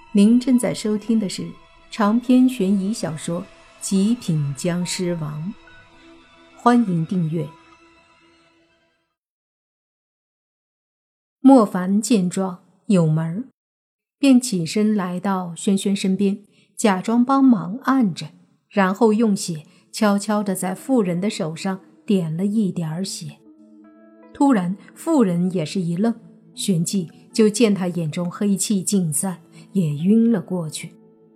您正在收听的是长篇悬疑小说《极品僵尸王》，欢迎订阅。莫凡见状有门，便起身来到轩轩身边，假装帮忙按着，然后用血悄悄地在妇人的手上点了一点血。突然妇人也是一愣，旋即就见他眼中黑气尽散，也晕了过去。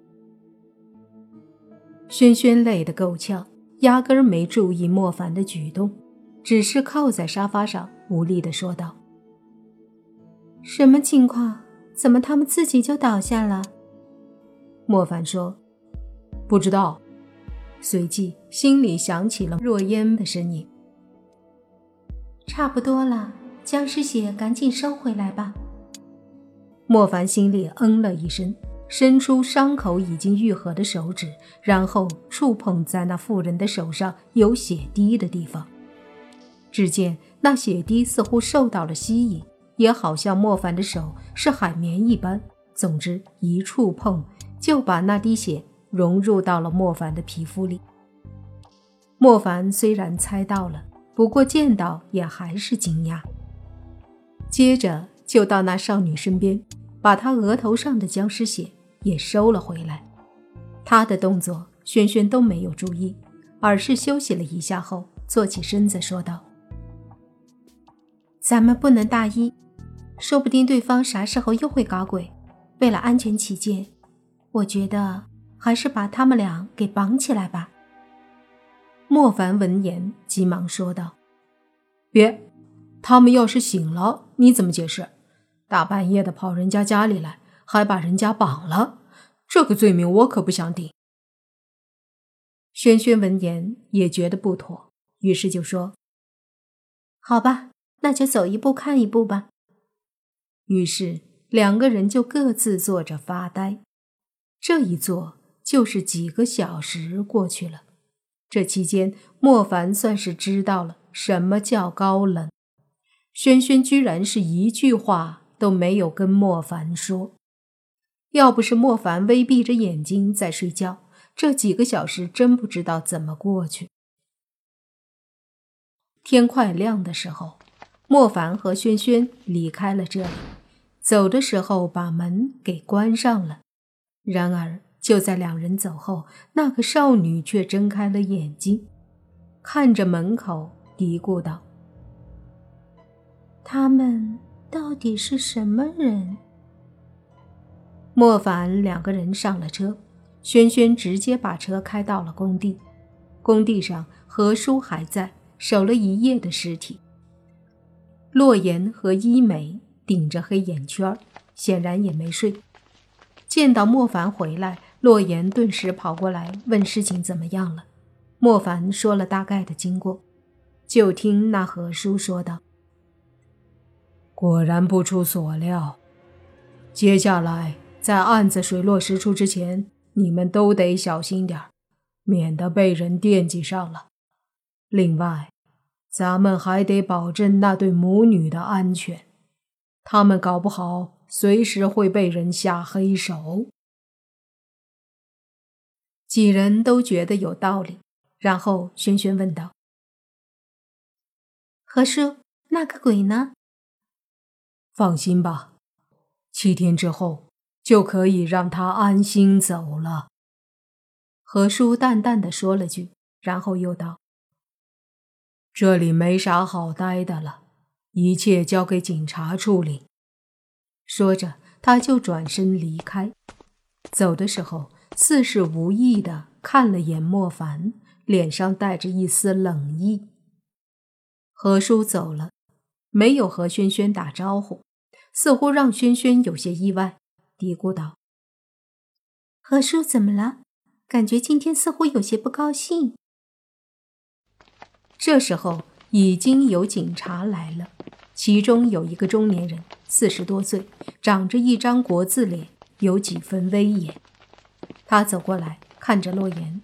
轩轩累得够呛，压根儿没注意莫凡的举动，只是靠在沙发上无力地说道：什么情况？怎么他们自己就倒下了？莫凡说：不知道。随即心里想起了若烟的身影。差不多了，僵尸血赶紧收回来吧。莫凡心里了一声，伸出伤口已经愈合的手指，然后触碰在那妇人的手上有血滴的地方。只见那血滴似乎受到了吸引，也好像莫凡的手是海绵一般，总之一触碰就把那滴血融入到了莫凡的皮肤里。莫凡虽然猜到了，不过见到也还是惊讶。接着就到那少女身边，把她额头上的僵尸血也收了回来。她的动作轩轩都没有注意，而是休息了一下后坐起身子说道：咱们不能大意，说不定对方啥时候又会搞鬼，为了安全起见，我觉得还是把他们俩给绑起来吧。莫凡闻言急忙说道：别，他们要是醒了你怎么解释？大半夜的跑人家家里来，还把人家绑了，这个罪名我可不想顶。轩轩闻言也觉得不妥，于是就说：好吧，那就走一步看一步吧。于是两个人就各自坐着发呆，这一坐就是几个小时过去了。这期间莫凡算是知道了什么叫高冷，轩轩居然是一句话都没有跟莫凡说。要不是莫凡微闭着眼睛在睡觉，这几个小时真不知道怎么过去。天快亮的时候，莫凡和轩轩离开了这里，走的时候把门给关上了。然而就在两人走后，那个少女却睁开了眼睛，看着门口嘀咕道：他们到底是什么人？莫凡两个人上了车，轩轩直接把车开到了工地。工地上何叔还在，守了一夜的尸体。洛言和伊美顶着黑眼圈，显然也没睡。见到莫凡回来，洛言顿时跑过来问事情怎么样了。莫凡说了大概的经过，就听那何叔说道：果然不出所料，接下来在案子水落石出之前，你们都得小心点，免得被人惦记上了。另外，咱们还得保证那对母女的安全，他们搞不好随时会被人下黑手。几人都觉得有道理，然后轩轩问道：何叔，那个鬼呢？放心吧，7天之后就可以让他安心走了。何叔淡淡地说了句，然后又道：这里没啥好待的了，一切交给警察处理。说着他就转身离开，走的时候似是无意地看了眼莫凡，脸上带着一丝冷意。何叔走了，没有和轩轩打招呼，似乎让轩轩有些意外，嘀咕道：何叔怎么了？感觉今天似乎有些不高兴。这时候已经有警察来了，其中有一个中年人，40多岁，长着一张国字脸，有几分威严。他走过来看着洛言：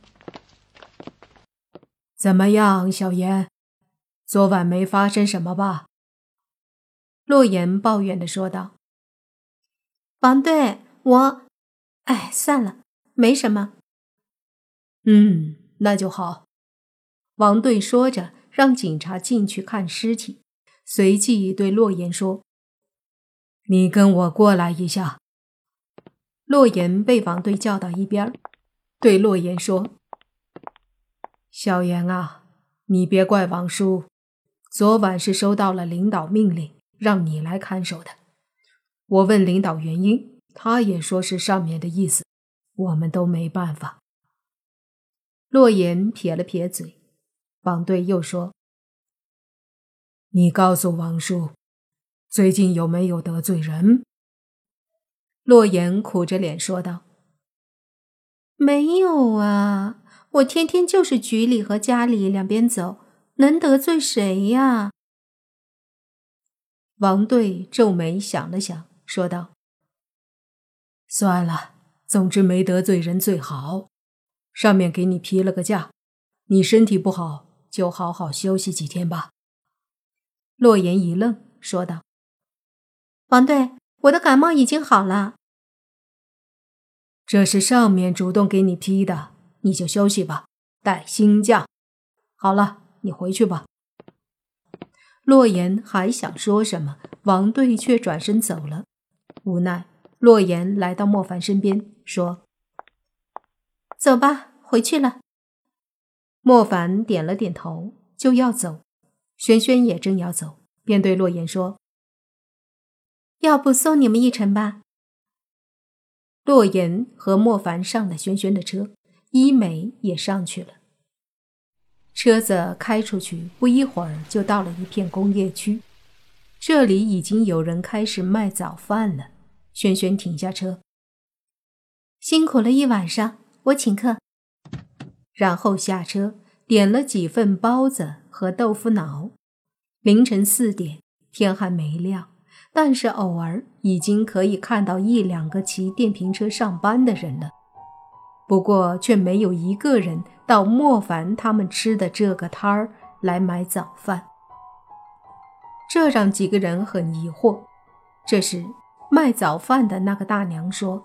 怎么样，小言？昨晚没发生什么吧？洛言抱怨地说道：王队， 哎，算了，没什么。 那就好。王队说着，让警察进去看尸体，随即对洛言说：“你跟我过来一下。”洛言被王队叫到一边，对洛言说：“小言啊，你别怪王叔，昨晚是收到了领导命令，让你来看守的。我问领导原因，他也说是上面的意思，我们都没办法。”洛言撇了撇嘴，王队又说：“你告诉王叔，最近有没有得罪人？”洛言苦着脸说道：“ 没有啊，我天天就是局里和家里两边走，能得罪谁呀？” 王队皱眉想了想，说道：“算了，总之没得罪人最好。上面给你批了个假，你身体不好，就好好休息几天吧。” 洛言一愣，说道：“王队，我的感冒已经好了。”“ 这是上面主动给你批的，你就休息吧，带薪假。好了，你回去吧。”洛言还想说什么，王队却转身走了。无奈，洛言来到莫凡身边，说：“ 走吧，回去了。” 莫凡点了点头，就要走。轩轩也正要走，便对洛言说：“ 要不送你们一程吧？” 洛言和莫凡上了轩轩的车，伊美也上去了。车子开出去，不一会儿就到了一片工业区，这里已经有人开始卖早饭了。轩轩停下车：“ 辛苦了一晚上，我请客。” 然后下车，点了几份包子和豆腐脑。凌晨4点，天还没亮，但是偶尔已经可以看到1、2个骑电瓶车上班的人了。不过却没有一个人到莫凡他们吃的这个摊儿来买早饭，这让几个人很疑惑。这时卖早饭的那个大娘说：“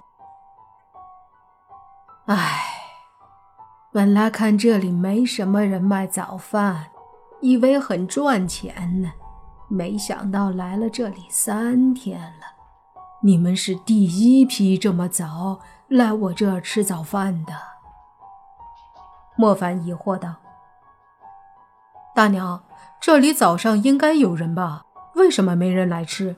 唉，本来看这里没什么人卖早饭，以为很赚钱呢，没想到来了这里3天了，你们是第1批这么早来我这儿吃早饭的。”莫凡疑惑道：“大娘，这里早上应该有人吧？为什么没人来吃？”“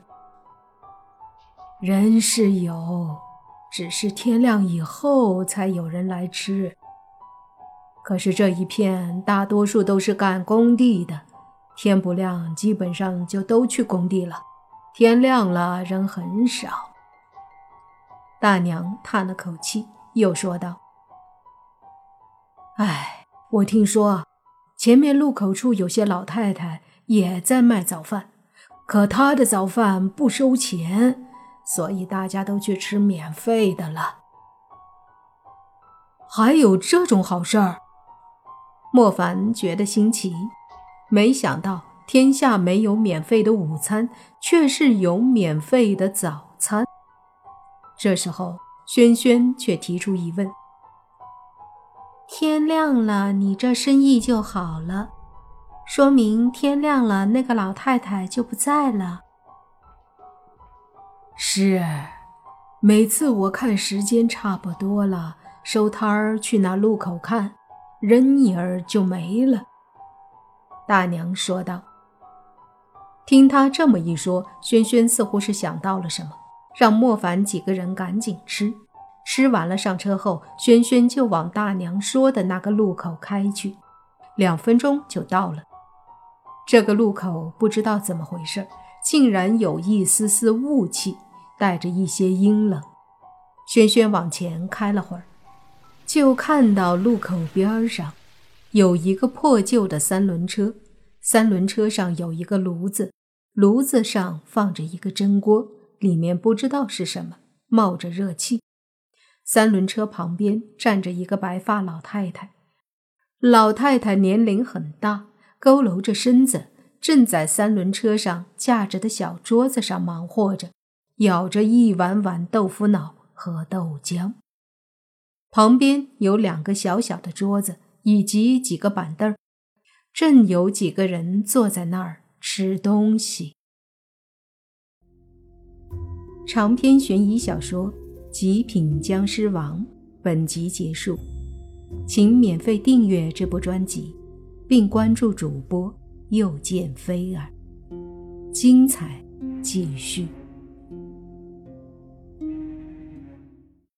人是有，只是天亮以后才有人来吃。可是这一片大多数都是干工地的，天不亮基本上就都去工地了，天亮了人很少。”大娘叹了口气，又说道：“唉，我听说前面路口处有些老太太也在卖早饭，可她的早饭不收钱，所以大家都去吃免费的了。”“还有这种好事儿？”莫凡觉得新奇，没想到天下没有免费的午餐，却是有免费的早餐。这时候轩轩却提出疑问：“ 天亮了，你这生意就好了，说明天亮了那个老太太就不在了。”“ 是，每次我看时间差不多了，收摊儿去那路口看，人影儿就没了。”大娘说道。听他这么一说，轩轩似乎是想到了什么，让莫凡几个人赶紧吃。吃完了上车后，轩轩就往大娘说的那个路口开去，2分钟就到了。这个路口不知道怎么回事，竟然有一丝丝雾气，带着一些阴冷。轩轩往前开了会儿，就看到路口边上有一个破旧的3轮车，3轮车上有一个炉子，炉子上放着一个蒸锅，里面不知道是什么，冒着热气。3轮车旁边站着一个白发老太太，老太太年龄很大，佝偻着身子，正在3轮车上架着的小桌子上忙活着，舀着一碗碗豆腐脑和豆浆。 旁边有2个小小的桌子以及几个板凳，正有几个人坐在那儿吃东西。长篇悬疑小说《极品僵尸王》本集结束，请免费订阅这部专辑，并关注主播又见菲儿，精彩继续。